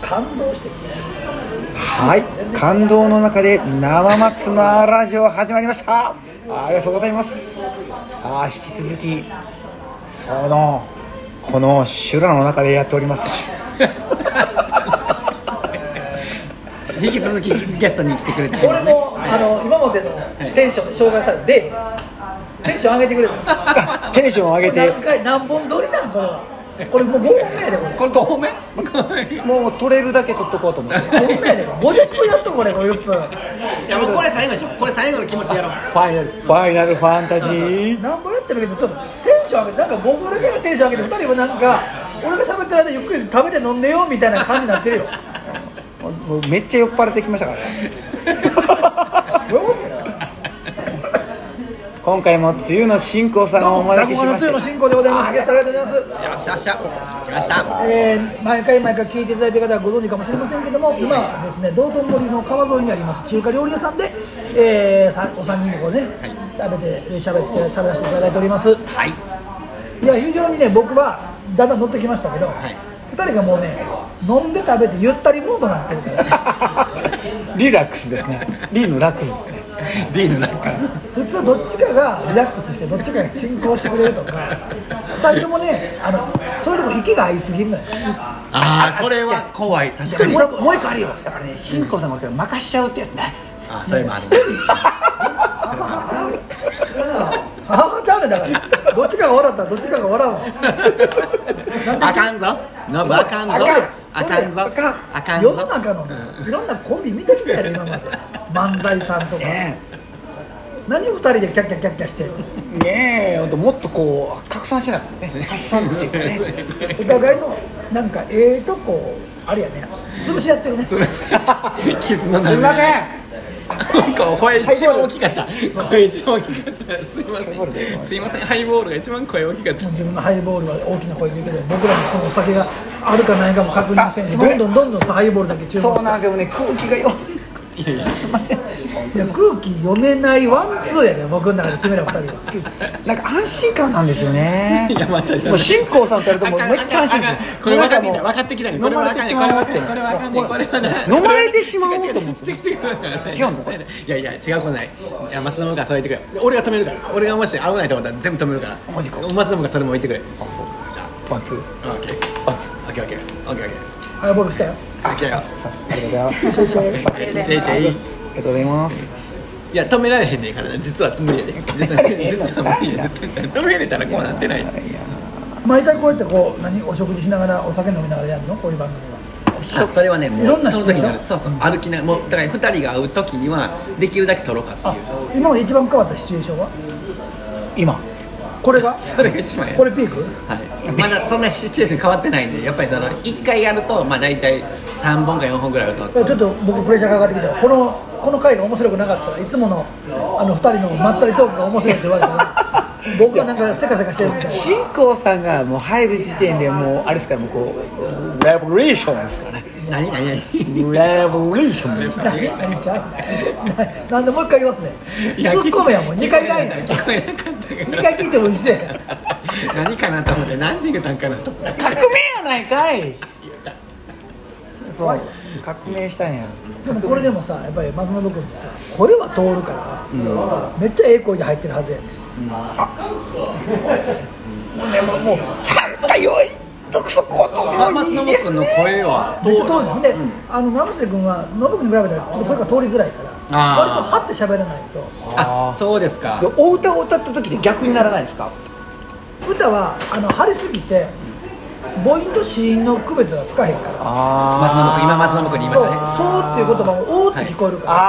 感動して聞いてる。 はい、感動の中で生松のラジオ始まりました。ありがとうございます。さあ引き続きこの修羅の中でやっております引き続きゲストに来てくれて、 俺も、今までのテンションで紹介されて、テンション上げてくれるテンション上げて何本撮りなんこれは。これもう5本目やでこれ 5本目もう撮れるだけ撮っとこうと思って 5本目やで50分やっとこれ50分。 いやもうこれ最後でしょ。これ最後の気持ちやろう。 ファイナルファンタジー何本やってるけどちょっとテンション上げて、なんか僕だけがテンション上げて2人はなんか俺が喋ってる間ゆっくり食べて飲んでよみたいな感じになってるよもうめっちゃ酔っ払ってきましたからね今回も梅雨の進行さんをお招きしました。 落語の梅雨の進行でございます。ゲストありがとうございます。 よっしゃよっしゃ来ました。 毎回聞いていただいている方はご存知かもしれませんけども、今はですね道頓堀の川沿いにあります中華料理屋さんで、お三人でこうね、食べて喋らせていただいております。 はい。 いや非常にね僕はだんだん乗ってきましたけど、2人がもうね飲んで食べてゆったりモードになってるからリラックスですね。リのラックスですね。 ディーヌなんか普通どっちかがリラックスしてどっちかが進行してくれるとか2人ともねそういうとこ息が合いすぎるのよ。 ああそれは怖い。確かにもう一個あるよ。やっぱね進行さんも任しちゃうってやつね。 あそれもある母ちゃうねんだからどっちかが笑ったらどっちかが笑うのあかんぞノブあかんぞあかんぞあかんぞ。 世の中のいろんなコンビ見てきたやろ今まで。漫才さんとか、何2人でキャッキャキャッキャしてるねえ、もっとこう拡散しなかったね。発散っていうかねお互いのなんかとこあれやね潰し合ってるね傷のすみません声一番大きかった。声一番大きかった。すいませんハイボールが一番声大きかった。 自分のハイボールは大きな声で言うけど僕らもこのお酒があるかないかも確認せんしどんどんハイボールだけ注文して。 そうなんですよね。空気がよすいません。 いや空気読めないワンツーやね僕の中で決める2人はなんか安心感なんですよね。 いやまたもう進行さんとやるともうめっちゃ安心ですよ。 これ分かってきたね。 飲まれてしまうってこれはあかんね。これはね飲まれてしまうと思うんですよ。違うのこれ。 いや違うことない。いや松信がそう言ってくれ。俺が止めるから。俺がもし危ないと思ったら全部止めるから。 マジか。 松信がそれも言ってくれ。 あ、そう。じゃあワンツー。 オッケー。 ワンツー。 オッケー。 ハイボール来たよ。 ありがとうありがとうございます。ありがとうございます。 いや止められへんねんから実は無理やで。実は無理やで。止めれたらこうなってない。 毎回こうやってお食事しながらお酒飲みながらやるのこういう番組は。 それはねもういろんなその時になる。そう歩きなもうだから2人が会う時にはできるだけ撮ろうかっていう。 今まで一番変わったシチュエーションは今これがそれが一番や。 これピーク。 はい、まだそんなシチュエーション変わってないんでやっぱり1回やるとまあ大体3本か4本ぐらいを撮ってちょっと僕プレッシャーかかってきたわ。この回が面白くなかったらいつもの2人のまったりトークが面白いって言われたら僕はなんかせかせかしてるみたいな。 進行さんがもう入る時点でもうあれですからもうこうレボリューションですからね。 何レボリューションですからね。 何ちゃうなんでもう一回言わすね。ツッコミはもう2回ないの。2回聞いても一緒や。 何かなと思って何て言うたんかなと思って革命やないかい。そう革命したんや。 でもこれでもさやっぱり松信君ってさ声は通るから、めっちゃええ声で入ってるはずやね。もうちゃんとよいとそこともいいですね。 松信君の声はめっちゃ通るので、生瀬君は信君に比べたら声が通りづらいから割と張って喋らないと。 あ、そうですか。 お歌を歌った時で逆にならないですか。 歌は張りすぎて母音と子音の区別がつかへんから。 松信君に言いましたね。 そうっていう言葉も「お」って聞こえるから、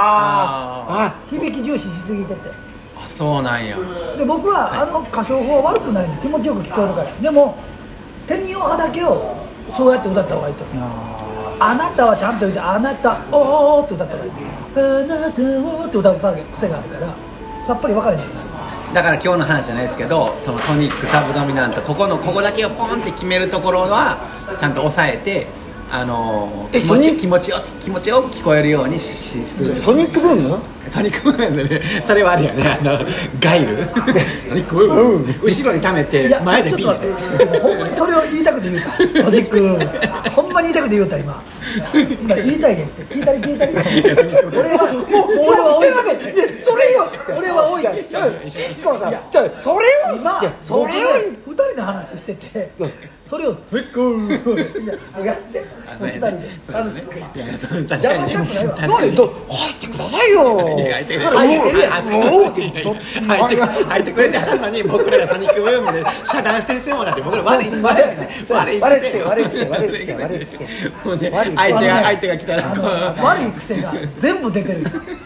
響き重視しすぎてて。 あ、そうなんや。 で僕は歌唱法は悪くないの。気持ちよく聞こえるから。でも天仁派だけをそうやって歌った方がいいと思う。あなたはちゃんと言ってあなたをって歌った方がいい。あなたをって歌う癖があるからさっぱり分かれへん。 だから今日の話じゃないですけどそのトニックサブドミナントここだけをポンって決めるところはちゃんと抑えて気持ちよく聞こえるようにする。 ソニックブーム？ ソニックブームね、それはあれやね、ガイルソニックブーム、後ろに溜めて前でピン。 ちょっと待って、ほんまにそれを言いたくて言うた。ソニックほんまに言いたくて言うた今言いたいねって聞いたり俺は多いそれよ、 俺は多いやん。 それを今それを2人で話してて、それをフックやって2人で楽しく邪魔したくないわ。 なんで入ってくださいよ。 入ってくれてはるのに、僕らがソニックブームで遮断してしまうなんて、僕ら悪い癖。相手が来たら悪い癖が全部出てる。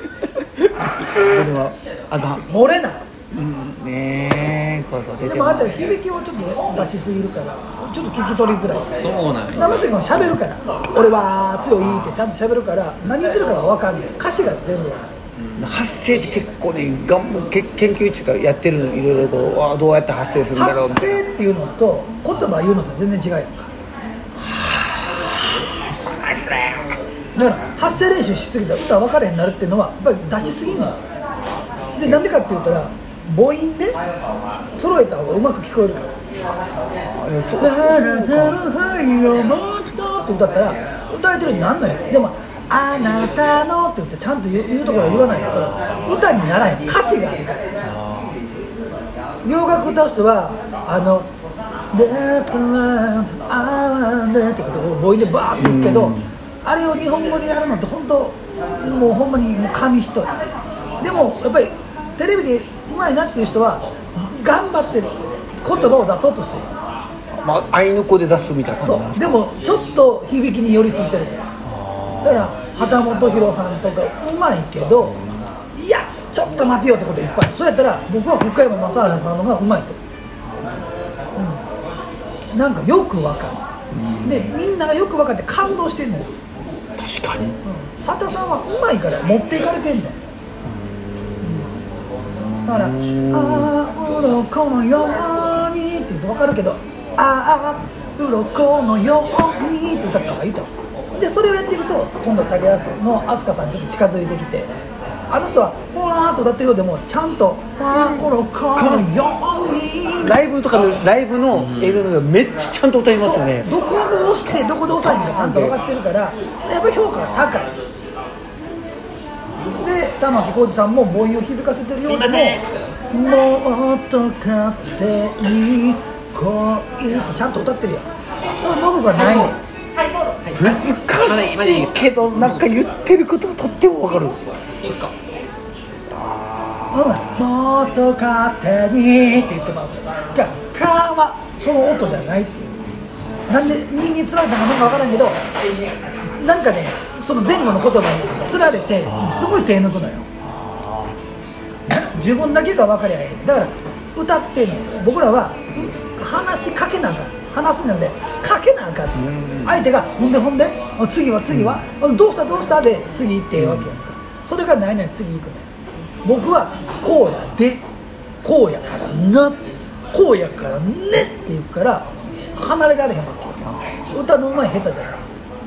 漏れない。 ねえ、こそ出てる。 でもあんた響きをちょっと出しすぎるからちょっと聞き取りづらい。 そうなんや。 生瀬君は喋るから、俺は強いってちゃんと喋るから何言ってるかが分かんない。歌詞が全部発声って結構ね、研究中からやってるの、いろいろとどうやって発声するんだろうみ発たいな。 声っていうのと言葉言うのと全然違うやんか。だから発声練習しすぎたら歌分かれへんなるっていうのはやっぱり出しすぎんので、なんでかって言ったら母音で揃えた方がうまく聞こえるから。あなたの愛をもっとって歌ったら歌えてるようになんのよ。でもあなたのって言ってちゃんと言うところは言わないと歌にならない。歌詞があるから。洋楽歌う人はDesperate I want it って母音でバーって言うけど、あれを日本語でやるのって本当もうほんまにもう紙一重。でもやっぱりテレビでうまいなっていう人は頑張って言葉を出そうとしてる。 アイヌ語で出すみたいな感じなんですか。 でもちょっと響きに寄りすぎてるから。だから旗本博さんとかうまいけど、いやちょっと待てよってこといっぱい。そうやったら僕は福山雅治さんの方がうまいと、なんかよくわかる、でみんながよく分かって感動してんのよ。 確かに、 畑さんはうまいから持っていかれてんねん。だから「ああ鱗のように」って言って分かるけど「ああ鱗のように」って歌った方がいいと。でそれをやっていくと今度チャゲアスの飛鳥さんにちょっと近づいてきて、あの人は「ほら」と歌ってるようでもちゃんと「鱗のように」 ライブとかのライブの映像でめっちゃちゃんと歌いますよね。 どこで押してどこで押さえるのかちゃんと分かってるから、やっぱり評価が高い。で玉置浩二さんも母音を響かせてるようでももっと勝手に恋ってちゃんと歌ってるやん。ノブがないねん。 難しいけどなんか言ってることがとってもわかる。 もっと勝手にって言ってもらう。じゃあカーはその音じゃないっていう。なんで2につられたのか分からんけど、なんかねその前後の言葉につられてすごい手抜くのよ。自分だけが分かりゃいい。だから歌ってんの僕らは話しかけなあかん。話すんじゃなくてかけなあかん。相手がほんで次はどうしたで次行ってええわけやんか。それがないのに次行くのよ。僕はこうやでこうやからなこうやからねって言うから離れられへんわけ。歌のうまい下手じゃない。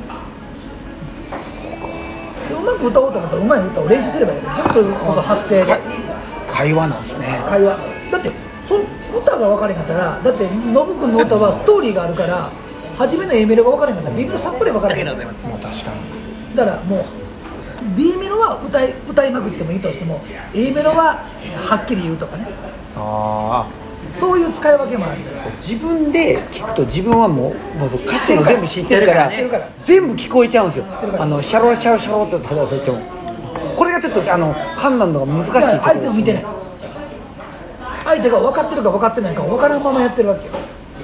うまく歌おうと思ったらうまい歌を練習すればいいでしょ。それこそ発声で会話なんですね。 会話だって歌が分からへんかったら、だってノブ君の歌はストーリーがあるから初めの A メロが分からへんかったら B メロさっぱり分からへん。 ありがとうございます。 確かに。 だからもう B メロは歌いまくってもいいとしても A メロははっきり言うとかね、そういう使い分けもあるんだよ。 自分で聞くと自分はもう歌詞の全部知ってるから全部聞こえちゃうんですよ。シャロシャロシャロってただそもこれがちょっと判断のが難しいところですね。 相手を見てない。相手が分かってるか分かってないか分からんままやってるわけよ。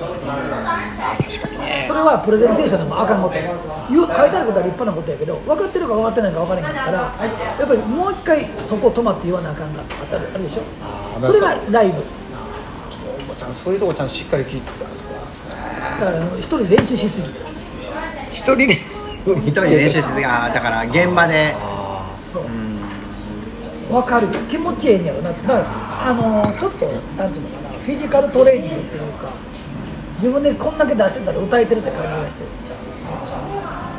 それはプレゼンテーションでもあかんこと書いてあることは立派なことやけど、分かってるか分かってないか分からへんからやっぱりもう一回そこを止まって言わなあかんがあったりあるでしょ。それがライブ。 そういうとこちゃんとしっかり聞いてた。 だから一人練習しすぎ。 一人で練習しすぎ。だから現場で分かる。気持ちええんやろなって。だからちょっとなんていうのかな、フィジカルトレーニングっていうか自分でこんだけ出してたら歌えてるって感じがしてる。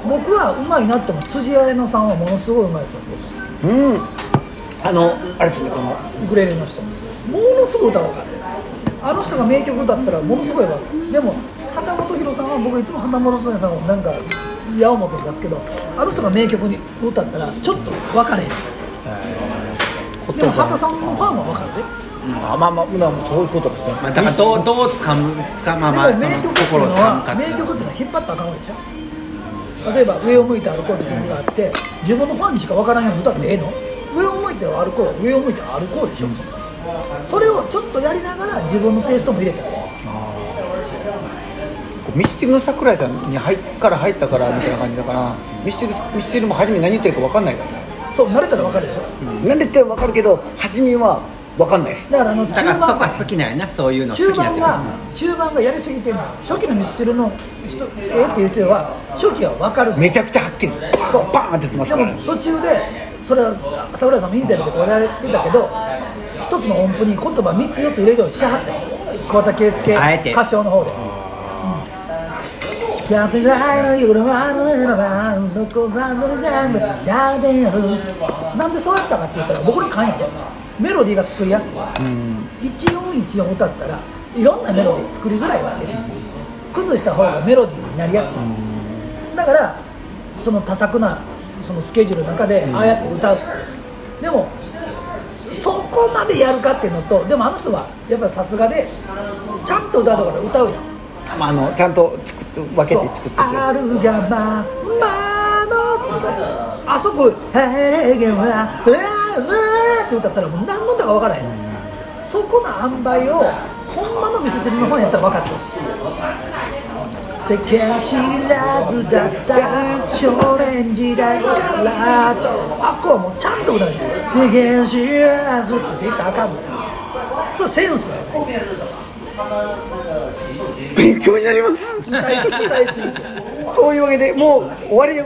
僕はうまいなっても辻彩乃さんはものすごいうまいと思う。 あれですね、このウクレレの人ものすごい歌わかる。あの人が名曲だったらものすごいわかる。でも旗本博さんは僕いつも旗本さんをなんか矢面に出すけど、あの人が名曲に歌ったらちょっと分かれへん。でも畑さんのファンは分かるね。 まあそういうことですね。 だからどうつかむまあまあでも名曲っていうのは引っ張ったらあかんわけでしょ。例えば上を向いて歩こうって曲があって自分のファンにしか分からんように歌ってええの？上を向いて歩こう、上を向いて歩こうでしょ。それをちょっとやりながら自分のテイストも入れたら。 ミスチルの桜井さんに入ったからみたいな感じだから、ミスチルも初め何言ってるか分かんないからね。 そう慣れたら分かるでしょ。 慣れて分かるけど初めは分かんないです。 だからだからそこは好きなんやな、そういうの好きなってる。 中盤がやりすぎてるの。初期のミスチルの人っていう人は初期は分かる。 めちゃくちゃはっきりそうバーンって出てますから、 でも途中でそれは桜井さんもインタビューで言われてたけど、一つの音符に言葉3つ4つ入れるようにしはったよ。桑田佳祐歌唱の方で。キャプライの夜はの目のバンドコザンドルジャングダーデンやる。なんでそうやったかって言ったら僕の勘やでメロディーが作りやすい。一音一音歌ったらいろんなメロディー作りづらいわけ。崩した方がメロディーになりやすい。だからその多作なそのスケジュールの中でああやって歌う。でもそこまでやるかっていうのと、でもあの人はやっぱりさすがでちゃんと歌うところで歌うやん。 ちゃんと分けて作ってくれる。 あるがまのあそこ「へげはうわって歌ったらもう何の歌か分からへん。そこの塩梅をほんまのミスチルのファンやったら分かってほしい。世間知らずだった少年時代からあっこはもうちゃんと歌う。世間知らずって言ったらあかんのよ。それセンスやね。 勉強になります。 歌いすぎてそういうわけでもう終わりで